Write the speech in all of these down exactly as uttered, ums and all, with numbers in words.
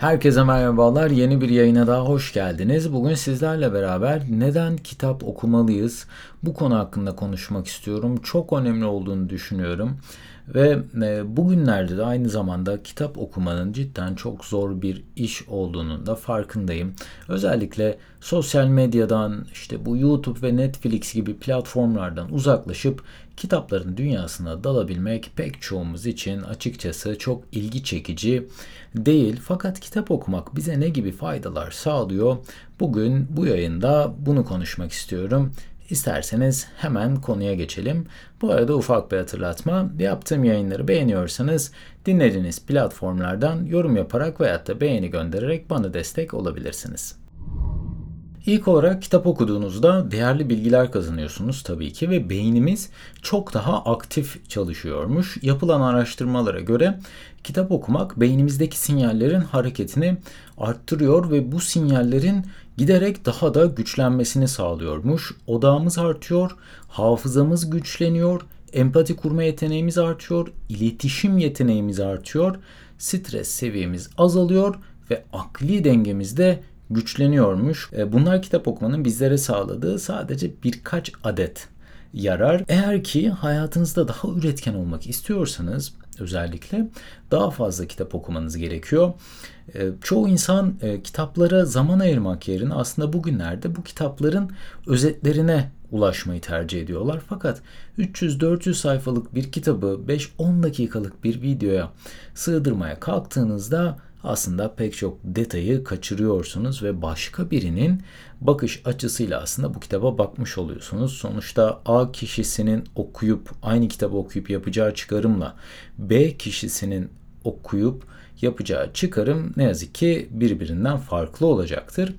Herkese merhabalar. Yeni bir yayına daha hoş geldiniz. Bugün sizlerle beraber neden kitap okumalıyız? Bu konu hakkında konuşmak istiyorum. Çok önemli olduğunu düşünüyorum. Ve e, bugünlerde de aynı zamanda kitap okumanın cidden çok zor bir iş olduğunun da farkındayım. Özellikle sosyal medyadan, işte bu YouTube ve Netflix gibi platformlardan uzaklaşıp kitapların dünyasına dalabilmek pek çoğumuz için açıkçası çok ilgi çekici değil. Fakat kitap okumak bize ne gibi faydalar sağlıyor? Bugün bu yayında bunu konuşmak istiyorum. İsterseniz hemen konuya geçelim. Bu arada ufak bir hatırlatma. Yaptığım yayınları beğeniyorsanız dinlediğiniz platformlardan yorum yaparak veyahut da beğeni göndererek bana destek olabilirsiniz. İlk olarak kitap okuduğunuzda değerli bilgiler kazanıyorsunuz tabii ki ve beynimiz çok daha aktif çalışıyormuş. Yapılan araştırmalara göre kitap okumak beynimizdeki sinyallerin hareketini arttırıyor ve bu sinyallerin giderek daha da güçlenmesini sağlıyormuş. Odağımız artıyor, hafızamız güçleniyor, empati kurma yeteneğimiz artıyor, iletişim yeteneğimiz artıyor, stres seviyemiz azalıyor ve akli dengemiz de güçleniyormuş. Bunlar kitap okumanın bizlere sağladığı sadece birkaç adet yarar. Eğer ki hayatınızda daha üretken olmak istiyorsanız özellikle daha fazla kitap okumanız gerekiyor. Çoğu insan kitaplara zaman ayırmak yerine aslında bugünlerde bu kitapların özetlerine ulaşmayı tercih ediyorlar. Fakat üç yüz dört yüz sayfalık bir kitabı beş on dakikalık bir videoya sığdırmaya kalktığınızda aslında pek çok detayı kaçırıyorsunuz ve başka birinin bakış açısıyla aslında bu kitaba bakmış oluyorsunuz. Sonuçta A kişisinin okuyup aynı kitabı okuyup yapacağı çıkarımla B kişisinin okuyup yapacağı çıkarım ne yazık ki birbirinden farklı olacaktır.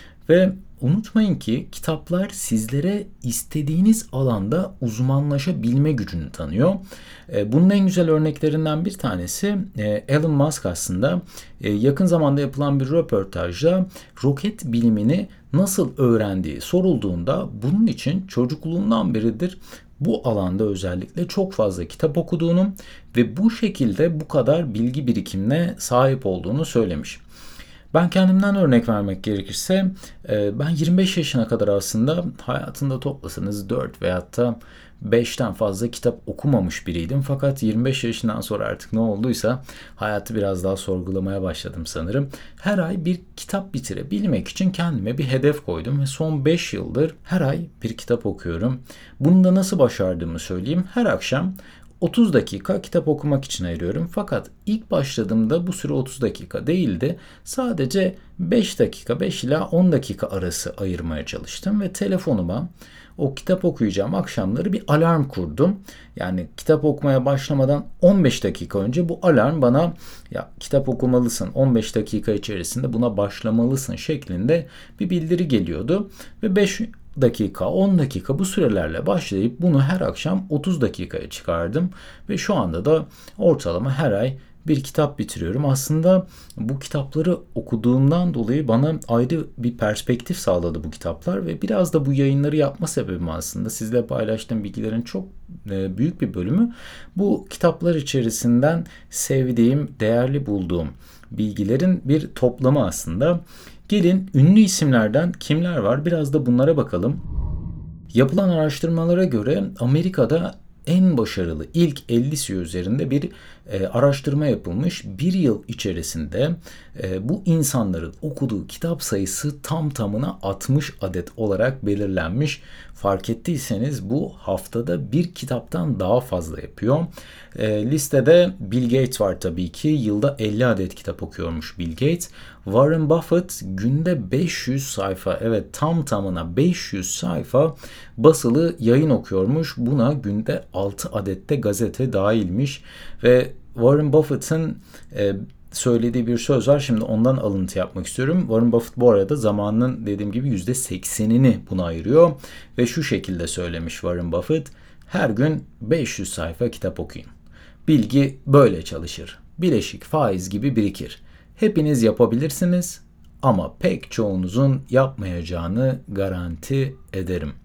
Ve unutmayın ki kitaplar sizlere istediğiniz alanda uzmanlaşabilme gücünü tanıyor. Bunun en güzel örneklerinden bir tanesi Elon Musk aslında yakın zamanda yapılan bir röportajda roket bilimini nasıl öğrendiği sorulduğunda bunun için çocukluğundan beridir bu alanda özellikle çok fazla kitap okuduğunu ve bu şekilde bu kadar bilgi birikimine sahip olduğunu söylemiş. Ben kendimden örnek vermek gerekirse ben yirmi beş yaşına kadar aslında hayatında toplasanız dört veyahut da beşten fazla kitap okumamış biriydim. Fakat yirmi beş yaşından sonra artık ne olduysa hayatı biraz daha sorgulamaya başladım sanırım. Her ay bir kitap bitirebilmek için kendime bir hedef koydum ve son beş yıldır her ay bir kitap okuyorum. Bunu da nasıl başardığımı söyleyeyim. Her akşam otuz dakika kitap okumak için ayırıyorum. Fakat ilk başladığımda bu süre otuz dakika değildi. Sadece beş dakika, beş ila on dakika arası ayırmaya çalıştım ve telefonuma o kitap okuyacağım akşamları bir alarm kurdum. Yani kitap okumaya başlamadan on beş dakika önce bu alarm bana ya kitap okumalısın, on beş dakika içerisinde buna başlamalısın şeklinde bir bildiri geliyordu ve beş dakika, on dakika bu sürelerle başlayıp bunu her akşam otuz dakikaya çıkardım ve şu anda da ortalama her ay bir kitap bitiriyorum. Aslında bu kitapları okuduğumdan dolayı bana ayrı bir perspektif sağladı bu kitaplar ve biraz da bu yayınları yapma sebebim aslında sizle paylaştığım bilgilerin çok büyük bir bölümü bu kitaplar içerisinden sevdiğim, değerli bulduğum bilgilerin bir toplamı aslında. Gelin ünlü isimlerden kimler var biraz da bunlara bakalım. Yapılan araştırmalara göre Amerika'da en başarılı ilk elli C E O üzerinde bir e, araştırma yapılmış. Bir yıl içerisinde e, bu insanların okuduğu kitap sayısı tam tamına altmış adet olarak belirlenmiş. Fark ettiyseniz bu haftada bir kitaptan daha fazla yapıyor. E, listede Bill Gates var tabii ki. Yılda elli adet kitap okuyormuş Bill Gates. Warren Buffett günde beş yüz sayfa, evet tam tamına beş yüz sayfa basılı yayın okuyormuş. Buna günde altı adette gazete dahilmiş ve Warren Buffett'ın e, söylediği bir söz var. Şimdi ondan alıntı yapmak istiyorum. Warren Buffett bu arada zamanının dediğim gibi yüzde seksenini buna ayırıyor ve şu şekilde söylemiş Warren Buffett: her gün beş yüz sayfa kitap okuyun. Bilgi böyle çalışır. Bileşik faiz gibi birikir. Hepiniz yapabilirsiniz ama pek çoğunuzun yapmayacağını garanti ederim.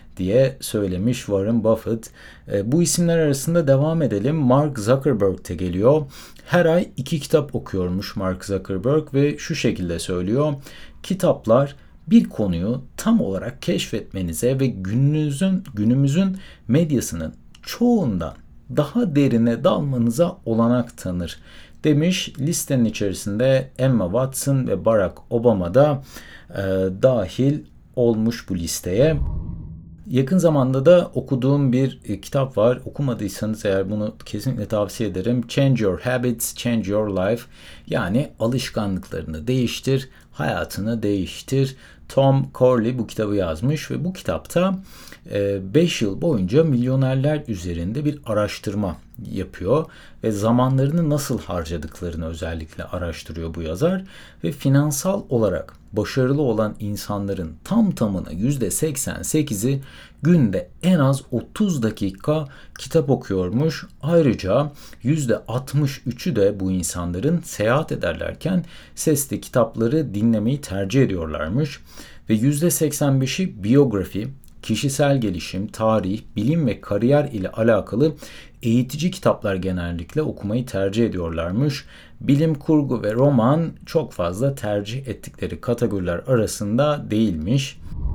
diye söylemiş Warren Buffett. E, bu isimler arasında devam edelim. Mark Zuckerberg de geliyor. Her ay iki kitap okuyormuş Mark Zuckerberg ve şu şekilde söylüyor. Kitaplar bir konuyu tam olarak keşfetmenize ve gününüzün, günümüzün medyasının çoğundan daha derine dalmanıza olanak tanır demiş. Listenin içerisinde Emma Watson ve Barack Obama da e, dahil olmuş bu listeye. Yakın zamanda da okuduğum bir e, kitap var. Okumadıysanız eğer bunu kesinlikle tavsiye ederim. Change Your Habits, Change Your Life. Yani alışkanlıklarını değiştir, hayatını değiştir. Tom Corley bu kitabı yazmış ve bu kitapta beş yıl boyunca milyonerler üzerinde bir araştırma yapıyor ve zamanlarını nasıl harcadıklarını özellikle araştırıyor bu yazar ve finansal olarak başarılı olan insanların tam tamına yüzde seksen sekizi günde en az otuz dakika kitap okuyormuş. Ayrıca yüzde altmış üçü de bu insanların seyahat ederlerken sesli kitapları dinlemeyi tercih ediyorlarmış ve yüzde seksen beşi biyografi, kişisel gelişim, tarih, bilim ve kariyer ile alakalı eğitici kitaplar genellikle okumayı tercih ediyorlarmış. Bilim kurgu ve roman çok fazla tercih ettikleri kategoriler arasında değilmiş.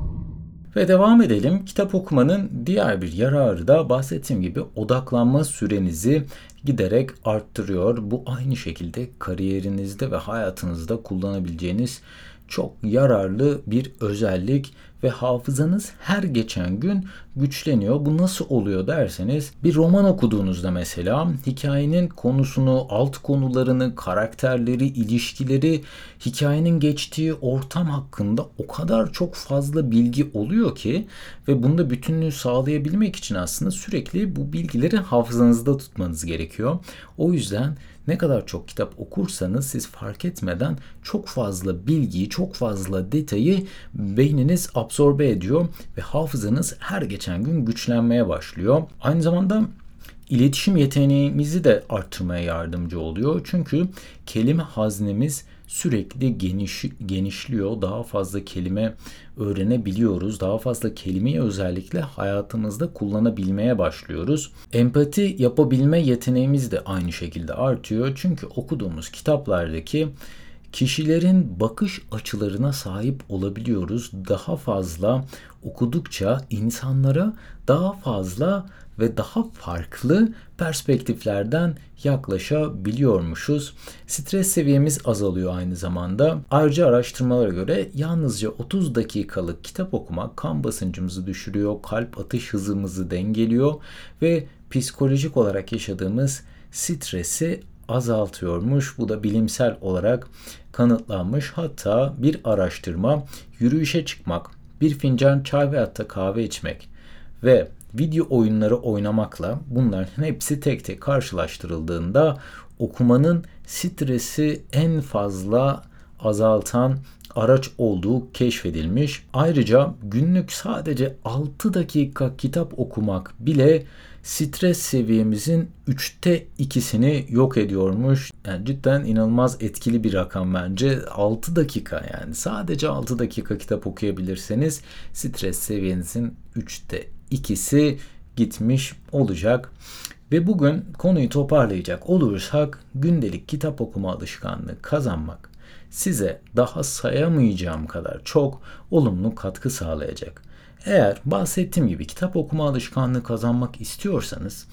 Ve devam edelim. Kitap okumanın diğer bir yararı da bahsettiğim gibi odaklanma sürenizi giderek arttırıyor. Bu aynı şekilde kariyerinizde ve hayatınızda kullanabileceğiniz çok yararlı bir özellik ve hafızanız her geçen gün güçleniyor. Bu nasıl oluyor derseniz bir roman okuduğunuzda mesela hikayenin konusunu, alt konularını, karakterleri, ilişkileri, hikayenin geçtiği ortam hakkında o kadar çok fazla bilgi oluyor ki ve bunda bütünlüğü sağlayabilmek için aslında sürekli bu bilgileri hafızanızda tutmanız gerekiyor. O yüzden ne kadar çok kitap okursanız siz fark etmeden çok fazla bilgiyi, çok fazla detayı beyniniz absorbe ediyor ve hafızanız her geçen gün güçlenmeye başlıyor. Aynı zamanda iletişim yeteneğimizi de arttırmaya yardımcı oluyor. Çünkü kelime haznemiz sürekli geniş, genişliyor. Daha fazla kelime öğrenebiliyoruz. Daha fazla kelimeyi özellikle hayatımızda kullanabilmeye başlıyoruz. Empati yapabilme yeteneğimiz de aynı şekilde artıyor. Çünkü okuduğumuz kitaplardaki kişilerin bakış açılarına sahip olabiliyoruz. Daha fazla okudukça insanlara daha fazla ve daha farklı perspektiflerden yaklaşabiliyormuşuz. Stres seviyemiz azalıyor aynı zamanda. Ayrıca araştırmalara göre yalnızca otuz dakikalık kitap okumak kan basıncımızı düşürüyor, kalp atış hızımızı dengeliyor ve psikolojik olarak yaşadığımız stresi azaltıyormuş. Bu da bilimsel olarak kanıtlanmış. Hatta bir araştırma yürüyüşe çıkmak, bir fincan çay ve hatta kahve içmek ve video oyunları oynamakla bunların hepsi tek tek karşılaştırıldığında okumanın stresi en fazla azaltan araç olduğu keşfedilmiş. Ayrıca günlük sadece altı dakika kitap okumak bile stres seviyemizin üçte ikisini yok ediyormuş. Yani cidden inanılmaz etkili bir rakam bence. altı dakika yani sadece altı dakika kitap okuyabilirseniz stres seviyenizin üçte ikisi gitmiş olacak. Ve bugün konuyu toparlayacak olursak gündelik kitap okuma alışkanlığı kazanmak size daha sayamayacağım kadar çok olumlu katkı sağlayacak. Eğer bahsettiğim gibi kitap okuma alışkanlığı kazanmak istiyorsanız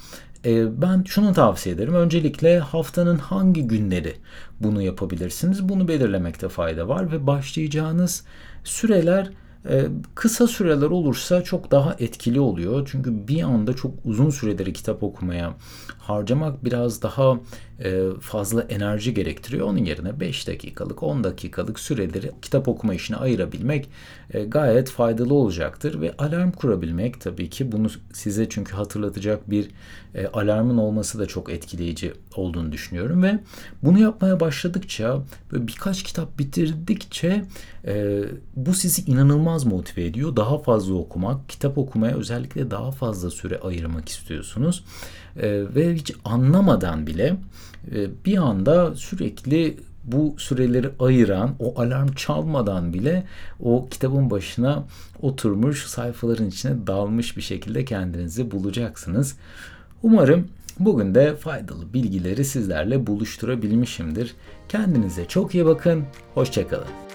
ben şunu tavsiye ederim. Öncelikle haftanın hangi günleri bunu yapabilirsiniz? Bunu belirlemekte fayda var ve başlayacağınız süreler kısa süreler olursa çok daha etkili oluyor. Çünkü bir anda çok uzun süreleri kitap okumaya harcamak biraz daha fazla enerji gerektiriyor. Onun yerine beş dakikalık, on dakikalık süreleri kitap okuma işine ayırabilmek gayet faydalı olacaktır. Ve alarm kurabilmek tabii ki bunu size çünkü hatırlatacak bir alarmın olması da çok etkileyici olduğunu düşünüyorum. Ve bunu yapmaya başladıkça, böyle birkaç kitap bitirdikçe bu sizi inanılmaz motive ediyor. Daha fazla okumak, kitap okumaya özellikle daha fazla süre ayırmak istiyorsunuz. Ve hiç anlamadan bile bir anda sürekli bu süreleri ayıran, o alarm çalmadan bile o kitabın başına oturmuş, sayfaların içine dalmış bir şekilde kendinizi bulacaksınız. Umarım bugün de faydalı bilgileri sizlerle buluşturabilmişimdir. Kendinize çok iyi bakın, hoşça kalın.